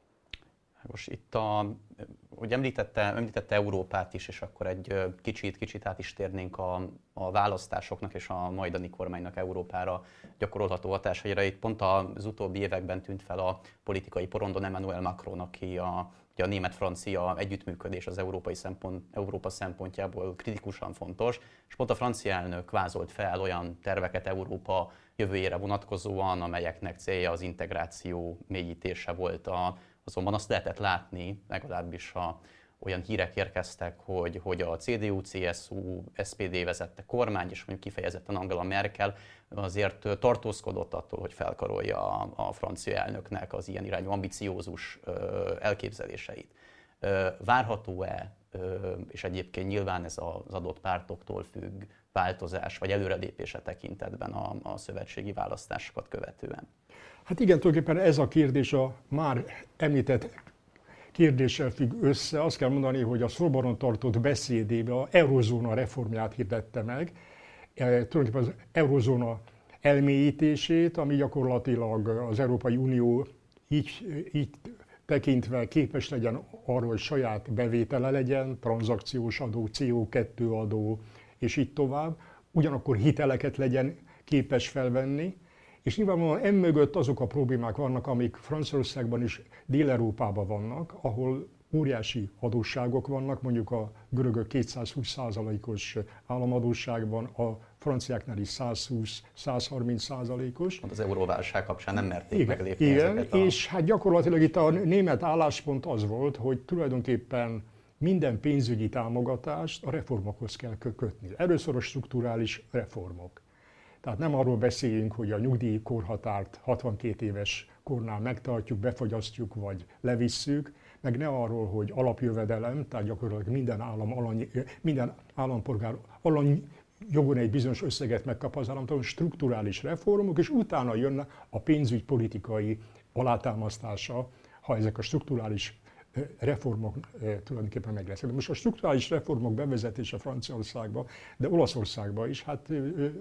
Most itt a, hogy említette, említette Európát is, és akkor egy kicsit, kicsit át is térnénk a, a választásoknak és a majdani kormánynak Európára gyakorolható hatásaira. Itt pont az utóbbi években tűnt fel a politikai porondon Emmanuel Macron, aki a, a német-francia együttműködés az európai szempont, Európa szempontjából kritikusan fontos, és pont a francia elnök vázolt fel olyan terveket Európa jövőjére vonatkozóan, amelyeknek célja az integráció mélyítése volt. A, azonban azt lehetett látni, legalábbis a, olyan hírek érkeztek, hogy, hogy a cé dé u, cé es u, es pé dé vezette kormány, és mondjuk kifejezetten Angela Merkel azért tartózkodott attól, hogy felkarolja a, a francia elnöknek az ilyen irányú ambiciózus ö, elképzeléseit. Ö, várható-e, ö, és egyébként nyilván ez az adott pártoktól függ, változás vagy előrelépése tekintetben a, a szövetségi választásokat követően? Hát igen, tulajdonképpen ez a kérdés a már említett kérdéssel függ össze. Azt kell mondani, hogy a Szorbonon tartott beszédében a eurozóna reformját hirdette meg, e, tulajdonképpen az eurozóna elmélyítését, ami gyakorlatilag az Európai Unió így, így tekintve képes legyen arra, hogy saját bevétele legyen, tranzakciós adó, cé o kettő adó, és így tovább, ugyanakkor hiteleket legyen képes felvenni, és nyilvánvalóan emögött azok a problémák vannak, amik Franciaországban és Dél-Európában vannak, ahol óriási adósságok vannak, mondjuk a görögök kétszázhúsz százalékos államadósságban, a franciáknál is százhúsz-százharminc százalékos. Az euróválság kapcsán nem merték igen, meglépni igen, ezeket a... és hát gyakorlatilag itt a német álláspont az volt, hogy tulajdonképpen minden pénzügyi támogatást a reformokhoz kell kötni. Először a strukturális reformok. Tehát nem arról beszéljünk, hogy a nyugdíjkorhatárt hatvankét éves kornál megtartjuk, befagyasztjuk vagy levisszük, meg ne arról, hogy alapjövedelem, tehát gyakorlatilag minden, állam alany, minden állampolgár alany jogon egy bizonyos összeget megkap az államtól, strukturális reformok, és utána jönne a pénzügypolitikai alátámasztása, ha ezek a strukturális reformok tulajdonképpen meg lesznek. Most a strukturális reformok bevezetése Franciaországban, de Olaszországban is, hát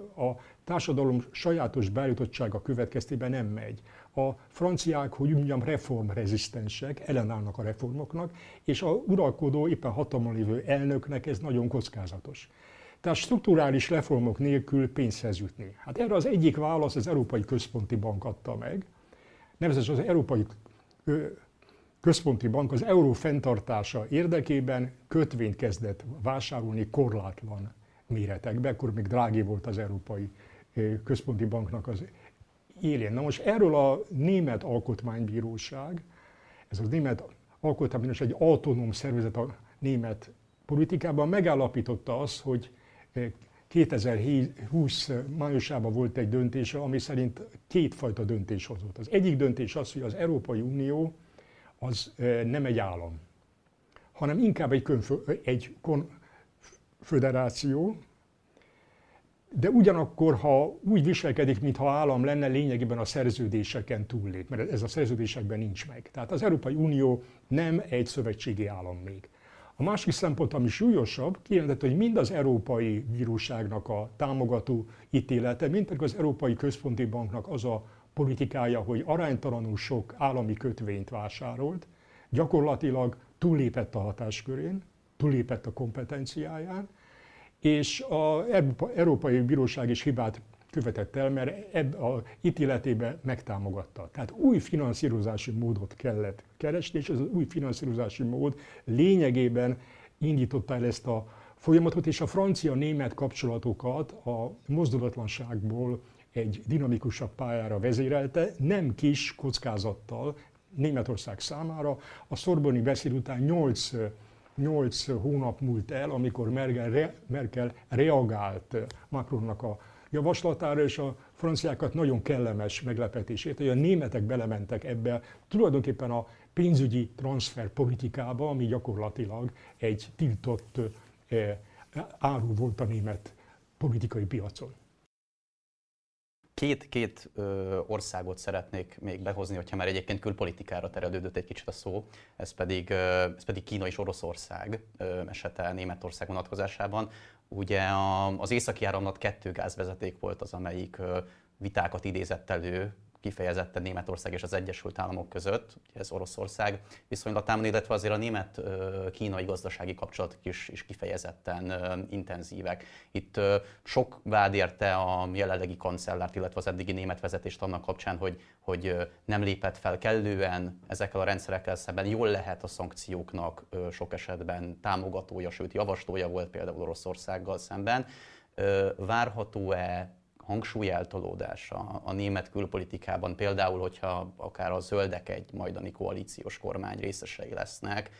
a társadalom sajátos beállítottsága következtében nem megy. A franciák, hogy mondjam, reformrezisztensek, ellenállnak a reformoknak, és a uralkodó, éppen hatalmon lévő elnöknek ez nagyon kockázatos. Tehát strukturális reformok nélkül pénzhez jutni. Hát erre az egyik válasz az Európai Központi Bank adta meg, nevezetesen az Európai Központi Bank az euró fenntartása érdekében kötvényt kezdett vásárolni korlátlan méretekben, akkor még Draghi volt az Európai Központi Banknak az élén. Na most erről a Német Alkotmánybíróság, ez a Német alkotmányos egy autonóm szervezet a német politikában, megállapította azt, hogy kétezer-húsz májusában volt egy döntése, ami szerint kétfajta döntés hozott. Az egyik döntés az, hogy az Európai Unió az nem egy állam, hanem inkább egy, konf- egy konföderáció, de ugyanakkor, ha úgy viselkedik, mintha állam lenne, lényegében a szerződéseken túllép, mert ez a szerződésekben nincs meg. Tehát az Európai Unió nem egy szövetségi állam még. A másik szempont, ami súlyosabb, kijelentett, hogy mind az Európai Bíróságnak a támogató ítélete, mind pedig az Európai Központi Banknak az a politikája, hogy aránytalanul sok állami kötvényt vásárolt, gyakorlatilag túllépett a hatáskörén, túllépett a kompetenciáján, és az Európai Bíróság is hibát követett el, mert ebb a ítéletében megtámogatta. Tehát új finanszírozási módot kellett keresni, és ez az új finanszírozási mód lényegében indította el ezt a folyamatot, és a francia-német kapcsolatokat a mozdulatlanságból egy dinamikusabb pályára vezérelte, nem kis kockázattal Németország számára. A szorboni beszéd után nyolc Nyolc hónap múlt el, amikor Merkel, re, Merkel reagált Macronnak a javaslatára, és a franciákat nagyon kellemes meglepetését, hogy a németek belementek ebbe tulajdonképpen a pénzügyi transfer politikába, ami gyakorlatilag egy tiltott eh, áru volt a német politikai piacon. Két, két ö, országot szeretnék még behozni, hogyha már egyébként külpolitikára terelődött egy kicsit a szó, ez pedig, ö, ez pedig Kína és Oroszország ö, esete Németország vonatkozásában. Ugye a, az északi áramlat kettő gázvezeték volt az, amelyik ö, vitákat idézett elő, kifejezetten Németország és az Egyesült Államok között, ez Oroszország viszonylatában, illetve azért a német-kínai gazdasági kapcsolatok is, is kifejezetten intenzívek. Itt sok vád érte a jelenlegi kancellárt, illetve az eddigi német vezetést annak kapcsán, hogy, hogy nem lépett fel kellően ezekkel a rendszerekkel szemben. Jól lehet a szankcióknak sok esetben támogatója, sőt javaslója volt például Oroszországgal szemben. Várható-e hangsúlyeltolódása a német külpolitikában, például, hogyha akár a zöldek egy majdani koalíciós kormány részesei lesznek,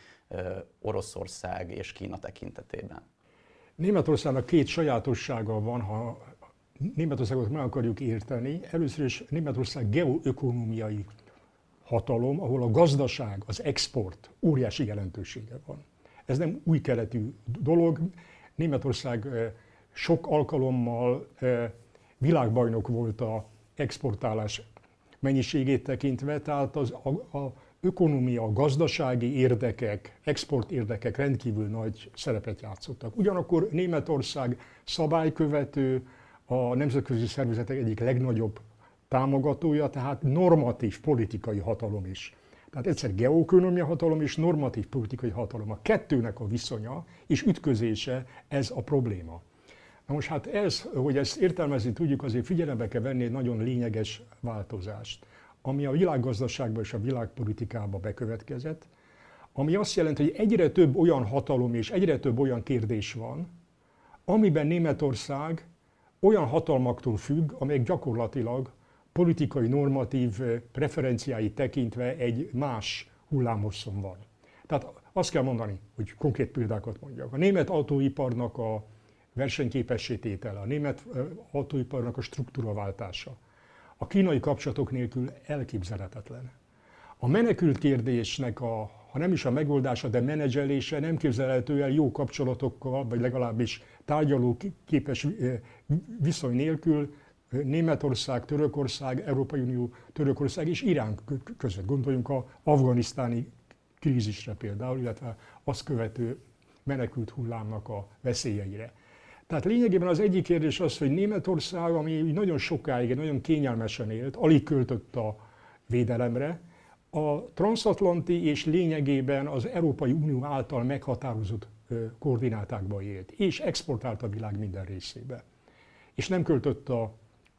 Oroszország és Kína tekintetében? Németországnak két sajátossága van, ha Németországot meg akarjuk érteni. Először is Németország geoökonómiai hatalom, ahol a gazdaság, az export óriási jelentősége van. Ez nem új keletű dolog. Németország sok alkalommal világbajnok volt a exportálás mennyiségét tekintve, tehát az a, a ökonómia, a gazdasági érdekek, export érdekek rendkívül nagy szerepet játszottak. Ugyanakkor Németország szabálykövető, a nemzetközi szervezetek egyik legnagyobb támogatója, tehát normatív politikai hatalom is. Tehát egyszer geoökonómia hatalom és normatív politikai hatalom. A kettőnek a viszonya és ütközése, ez a probléma. Na most hát ez, hogy ezt értelmezni tudjuk, azért figyelembe kell venni egy nagyon lényeges változást, ami a világgazdaságban és a világpolitikában bekövetkezett, ami azt jelenti, hogy egyre több olyan hatalom és egyre több olyan kérdés van, amiben Németország olyan hatalmaktól függ, amelyek gyakorlatilag politikai normatív preferenciái tekintve egy más hullámhosszon van. Tehát azt kell mondani, hogy konkrét példákat mondjak. A német autóiparnak a versenyképessé tétele, a német autóiparnak a struktúraváltása, a kínai kapcsolatok nélkül elképzelhetetlen. A menekült kérdésnek a, ha nem is a megoldása, de menedzselése nem képzelhető el jó kapcsolatokkal, vagy legalábbis tárgyaló képes viszony nélkül Németország, Törökország, Európai Unió, Törökország és Irán között. Gondoljunk az afganisztáni krízisre például, illetve azt követő menekült hullámnak a veszélyeire. Tehát lényegében az egyik kérdés az, hogy Németország, ami nagyon sokáig, nagyon kényelmesen élt, alig költött a védelemre, a transatlanti és lényegében az Európai Unió által meghatározott koordinátákba élt, és exportált a világ minden részébe. És nem költött a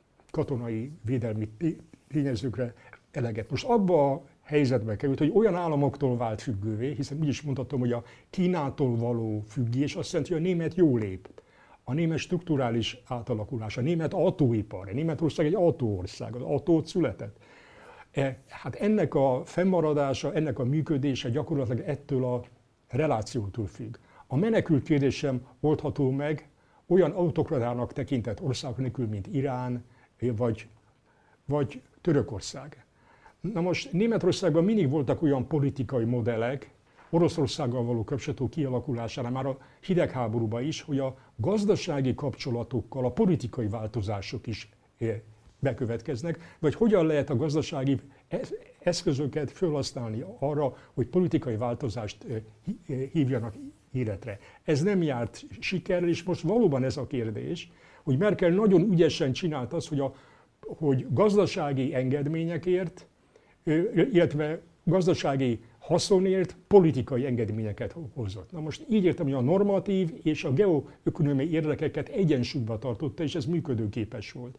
katonai védelmi tényezőkre eleget. Most abba a helyzetbe került, hogy olyan államoktól vált függővé, hiszen úgy is mondhatom, hogy a Kínától való függés azt jelenti, hogy a német jól lép. A német strukturális átalakulás, a német autóipar, a Németország egy autóország, az autót született. Hát ennek a fennmaradása, ennek a működése gyakorlatilag ettől a relációtól függ. A menekült kérdés sem oldható meg olyan autokratának tekintett ország nélkül, mint Irán vagy, vagy Törökország. Na most Németországban mindig voltak olyan politikai modellek, Oroszországgal való kapcsolatok kialakulására, már a hidegháborúban is, hogy a gazdasági kapcsolatokkal a politikai változások is bekövetkeznek, vagy hogyan lehet a gazdasági eszközöket felhasználni arra, hogy politikai változást hívjanak életre. Ez nem járt sikerrel, és most valóban ez a kérdés, hogy Merkel nagyon ügyesen csinált azt, hogy, a, hogy gazdasági engedményekért, illetve gazdasági haszonért politikai engedményeket hozott. Na most így értem, hogy a normatív és a geoökonomiai érdekeket egyensúlyba tartotta, és ez működőképes volt.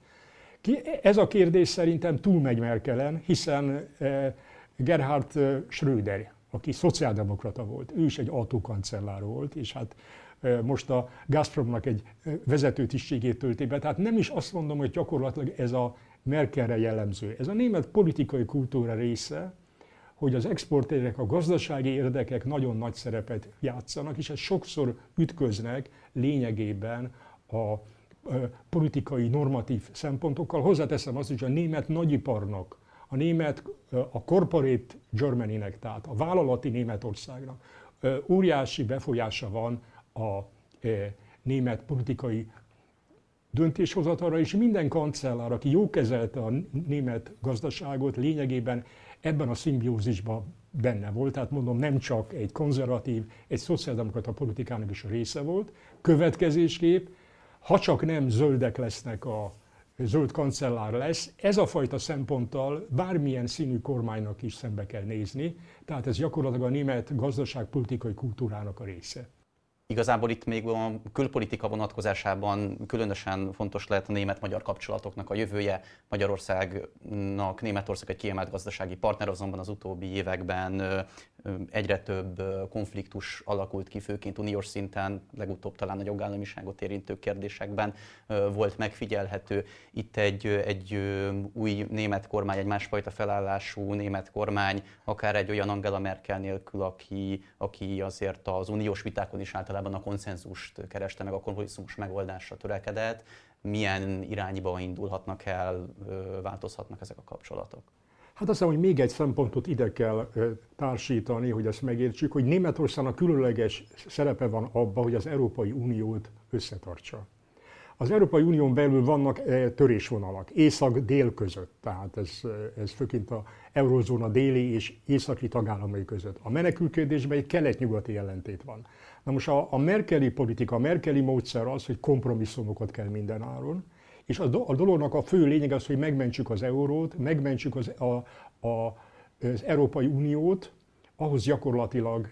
Ez a kérdés szerintem túlmegy Merkelen, hiszen Gerhard Schröder, aki szociáldemokrata volt, ő is egy autókancellár volt, és hát most a Gazpromnak egy vezető tisztségét tölti be. Tehát nem is azt mondom, hogy gyakorlatilag ez a Merkelre jellemző. Ez a német politikai kultúra része, hogy az exportérek, a gazdasági érdekek nagyon nagy szerepet játszanak, és ez sokszor ütköznek lényegében a politikai, normatív szempontokkal. Hozzáteszem azt, hogy a német nagyiparnak, a német, a corporate Germany-nek, tehát a vállalati Németországnak óriási befolyása van a német politikai döntéshozatalra, és minden kancellár, aki jó kezelte a német gazdaságot, lényegében ebben a szimbiózisban benne volt. Tehát mondom, nem csak egy konzervatív, egy szociáldemokrata politikának is a része volt. Következésképp, ha csak nem zöldek lesznek, a zöld kancellár lesz, ez a fajta szemponttal bármilyen színű kormánynak is szembe kell nézni, tehát ez gyakorlatilag a német gazdaságpolitikai kultúrának a része. Igazából itt még a külpolitika vonatkozásában különösen fontos lehet a német-magyar kapcsolatoknak a jövője. Magyarországnak Németország egy kiemelt gazdasági partner, azonban az utóbbi években egyre több konfliktus alakult ki, főként uniós szinten, legutóbb talán a jogállamiságot érintő kérdésekben volt megfigyelhető. Itt egy, egy új német kormány, egy másfajta felállású német kormány, akár egy olyan Angela Merkel nélkül, aki, aki azért az uniós vitákon is általában a konszenzust kereste meg, a kompromisszumos megoldásra törekedett. Milyen irányba indulhatnak el, változhatnak ezek a kapcsolatok? Hát azt hiszem, hogy még egy szempontot ide kell társítani, hogy ezt megértsük, hogy Németországnak különleges szerepe van abban, hogy az Európai Uniót összetartsa. Az Európai Unión belül vannak törésvonalak, észak-dél között, tehát ez, ez főként az eurozóna déli és északi tagállamai között. A menekültkérdésben egy kelet-nyugati ellentét van. Na most a, a merkeli politika, a merkeli módszer az, hogy kompromisszumokat kell mindenáron, és a, do, a dolognak a fő lényeg az, hogy megmentsük az eurót, megmentsük az, a, a, az Európai Uniót, ahhoz gyakorlatilag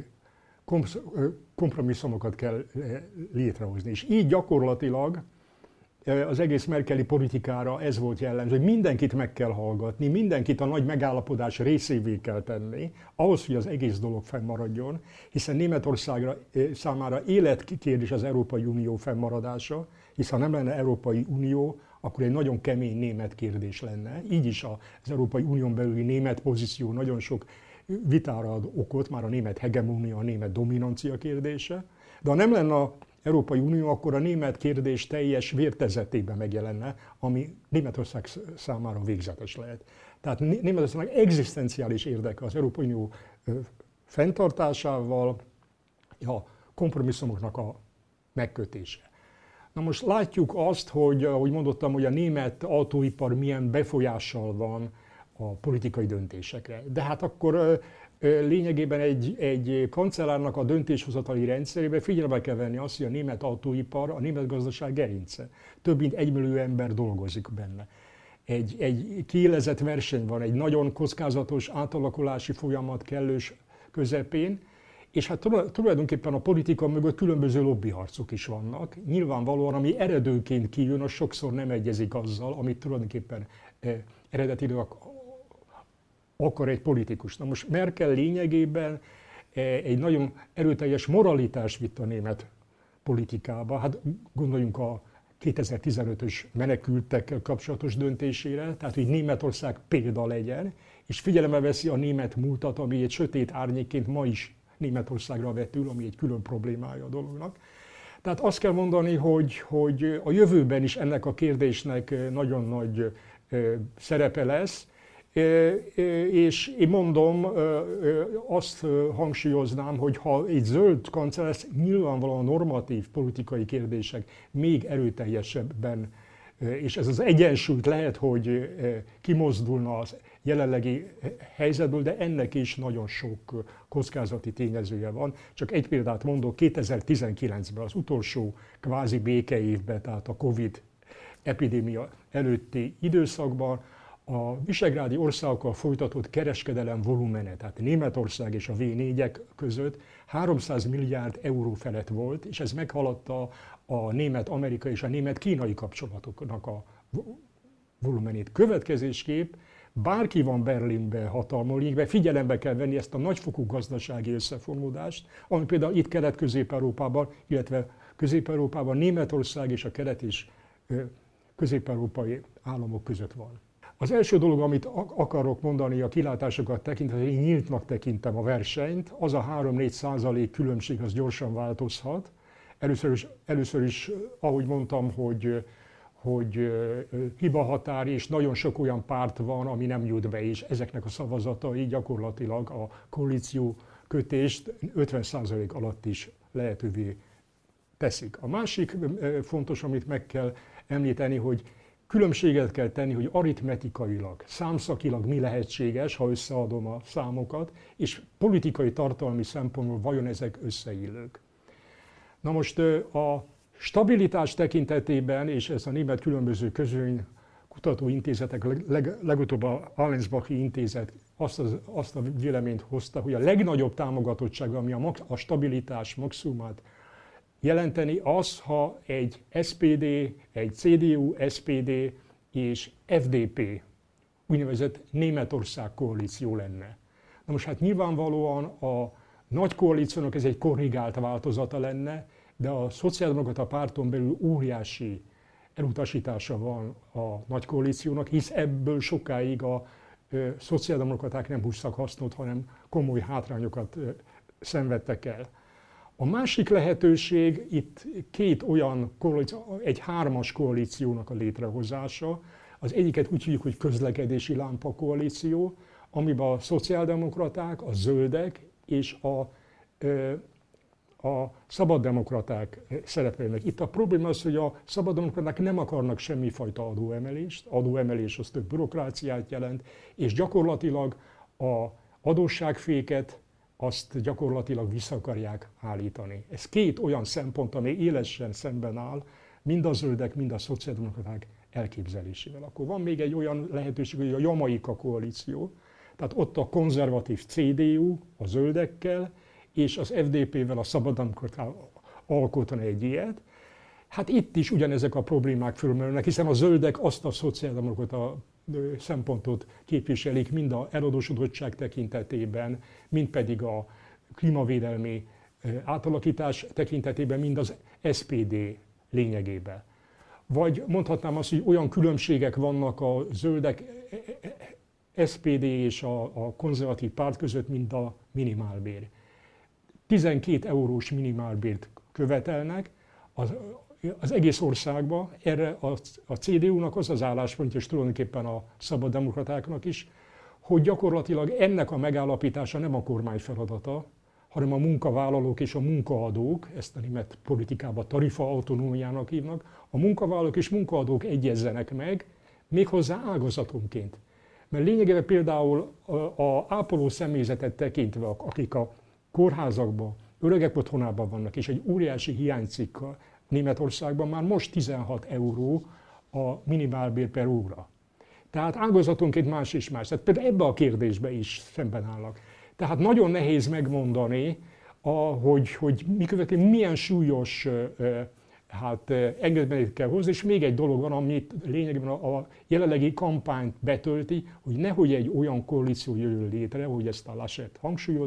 kompromisszumokat kell létrehozni. És így gyakorlatilag az egész merkeli politikára ez volt jellemző, hogy mindenkit meg kell hallgatni, mindenkit a nagy megállapodás részévé kell tenni, ahhoz, hogy az egész dolog fennmaradjon, hiszen Németországra számára életkérdés az Európai Unió fennmaradása, hiszen ha nem lenne Európai Unió, akkor egy nagyon kemény német kérdés lenne. Így is az Európai Unión belüli német pozíció nagyon sok vitára ad okot, már a német hegemónia, a német dominancia kérdése. De ha nem lenne az Európai Unió, akkor a német kérdés teljes vértezetében megjelenne, ami Németország számára végzetes lehet. Tehát Németországnak egzisztenciális érdeke az Európai Unió fenntartásával, a kompromisszumoknak a megkötése. Na most látjuk azt, hogy, ahogy mondottam, hogy a német autóipar milyen befolyással van a politikai döntésekre. De hát akkor lényegében egy, egy kancellárnak a döntéshozatali rendszerében figyelembe kell venni azt, hogy a német autóipar, a német gazdaság gerince. Több mint egymillió ember dolgozik benne. Egy, egy kiélezett verseny van, egy nagyon kockázatos átalakulási folyamat kellős közepén, és hát tulajdonképpen a politika mögött különböző lobbyharcok is vannak. Nyilvánvalóan, ami eredőként kijön, az sokszor nem egyezik azzal, amit tulajdonképpen eredetileg akar egy politikus. Na most Merkel lényegében egy nagyon erőteljes moralitás vitt a német politikába. Hát gondoljunk a kétezer-tizenötös menekültekkel kapcsolatos döntésére, tehát hogy Németország példa legyen, és figyelembe veszi a német múltat, ami egy sötét árnyékként ma is Németországra vetül, ami egy külön problémája a dolognak. Tehát azt kell mondani, hogy, hogy a jövőben is ennek a kérdésnek nagyon nagy szerepe lesz, és én mondom, azt hangsúlyoznám, hogy ha egy zöld kancellár lesz, nyilvánvalóan normatív politikai kérdések még erőteljesebben, és ez az egyensúlyt lehet, hogy kimozdulna az jelenlegi helyzetből, de ennek is nagyon sok kockázati tényezője van. Csak egy példát mondok, kétezer-tizenkilencben, az utolsó kvázi békeévben, tehát a Covid epidémia előtti időszakban a visegrádi országokkal folytatott kereskedelem volumene, tehát Németország és a vé négyek között háromszáz milliárd euró felett volt, és ez meghaladta a német-amerikai és a német-kínai kapcsolatoknak a volumenét. Következésképp bárki van Berlinbe hatalmon, figyelembe kell venni ezt a nagyfokú gazdasági összefonódást, ami például itt Kelet-Közép-Európában, illetve Közép-Európában Németország és a kelet- és közép-európai államok között van. Az első dolog, amit akarok mondani a kilátásokat tekintve, hogy én nyíltnak tekintem a versenyt, az a három-négy százalék különbség az gyorsan változhat. Először is, először is ahogy mondtam, hogy, hogy hibahatár, és nagyon sok olyan párt van, ami nem jut be, és ezeknek a szavazatai gyakorlatilag a koalíció kötést ötven százalék alatt is lehetővé teszik. A másik fontos, amit meg kell említeni, hogy különbséget kell tenni, hogy aritmetikailag, számszakilag mi lehetséges, ha összeadom a számokat, és politikai tartalmi szempontból vajon ezek összeillők. Na most a stabilitás tekintetében, és ez a német különböző közöny kutatóintézetek, leg, legutóbb a Allensbachi intézet azt, az, azt a véleményt hozta, hogy a legnagyobb támogatottsága, ami a, a stabilitás maximumát jelenteni az, ha egy es pé dé, egy cé dé u, es pé dé és ef dé pé, úgynevezett Németország koalíció lenne. Na most hát nyilvánvalóan a nagy koalíciónak ez egy korrigált változata lenne, de a szociáldemokrata párton belül óriási elutasítása van a nagy koalíciónak, hisz ebből sokáig a ö, szociáldemokraták nem húztak hasznot, hanem komoly hátrányokat ö, szenvedtek el. A másik lehetőség itt két olyan koalíció, egy hármas koalíciónak a létrehozása. Az egyiket úgy hívjuk, hogy közlekedési lámpa koalíció, amiben a szociáldemokraták, a zöldek és a, a szabaddemokraták szerepelnek. Itt a probléma az, hogy a szabaddemokraták nem akarnak semmifajta adóemelést, adóemelés az több bürokráciát jelent, és gyakorlatilag a adósságféket azt gyakorlatilag vissza akarják állítani. Ez két olyan szempont, ami élesen szemben áll, mind a zöldek, mind a szociáldemokraták elképzelésével. Akkor van még egy olyan lehetőség, hogy a Jamaika koalíció, tehát ott a konzervatív cé dé u a zöldekkel, és az ef dé pével a szabaddemokraták alkotni egy ilyet. Hát itt is ugyanezek a problémák fölmerülnek, hiszen a zöldek azt a szociáldemokrata szempontot képviselik mind a eladósodottság tekintetében, mind pedig a klímavédelmi átalakítás tekintetében, mind az es pé dé lényegében. Vagy mondhatnám azt, hogy olyan különbségek vannak a zöldek, es pé dé és a, a konzervatív párt között, mint a minimálbér. tizenkét eurós minimálbért követelnek, az, az egész országban, erre a, a cé dé u-nak az az álláspontja, és tulajdonképpen a szabaddemokratáknak is, hogy gyakorlatilag ennek a megállapítása nem a kormány feladata, hanem a munkavállalók és a munkaadók, ezt a német politikában tarifa autonómiának hívnak, a munkavállalók és munkaadók egyezzenek meg, méghozzá ágazatonként. Mert lényegében például a, a ápoló személyzetet tekintve, akik a kórházakban, öregek otthonában vannak, és egy óriási hiánycikk Németországban már most tizenhat euró a minimálbér per óra. Tehát ágazatonként más és más. Tehát például ebbe a kérdésbe is szemben állnak. Tehát nagyon nehéz megmondani, a, hogy, hogy mi következik, milyen súlyos hát, engedményt kell hozni, és még egy dolog van, amit lényegében a, a jelenlegi kampányt betölti, hogy nehogy egy olyan koalíció jöjjön létre, hogy ezt a Laschet hangsúlyozza,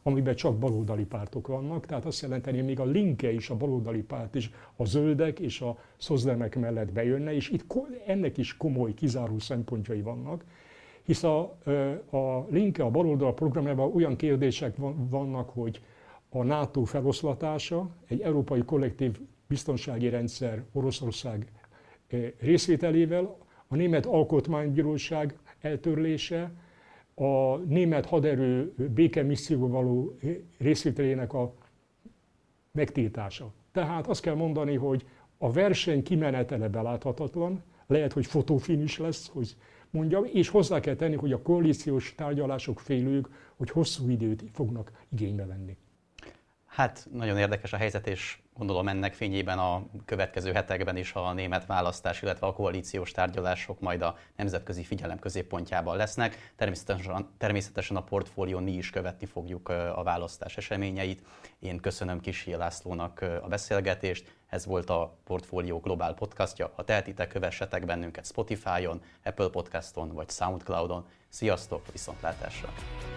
amiben csak baloldali pártok vannak, tehát azt jelenteni, hogy még a Linke is, a baloldali párt is a zöldek és a szozdemek mellett bejönne, és itt ennek is komoly kizáró szempontjai vannak, hisz a, a Linke, a baloldal programjában olyan kérdések vannak, hogy a NATO feloszlatása, egy európai kollektív biztonsági rendszer Oroszország részvételével, a német alkotmánybíróság eltörlése, a német haderő békemisszióban való részvételének a megtiltása. Tehát azt kell mondani, hogy a verseny kimenetele beláthatatlan, lehet, hogy fotófinish lesz, hogy mondjam, és hozzá kell tenni, hogy a koalíciós tárgyalások félők, hogy hosszú időt fognak igénybe venni. Hát nagyon érdekes a helyzet, és gondolom ennek fényében a következő hetekben is a német választás, illetve a koalíciós tárgyalások majd a nemzetközi figyelem középpontjában lesznek. Természetesen, természetesen a portfólión mi is követni fogjuk a választás eseményeit. Én köszönöm Kissy Lászlónak a beszélgetést. Ez volt a Portfólió Globál podcastja. Ha tehetitek, kövessetek bennünket Spotify-on, Apple Podcaston vagy Soundcloudon. Sziasztok, viszontlátásra!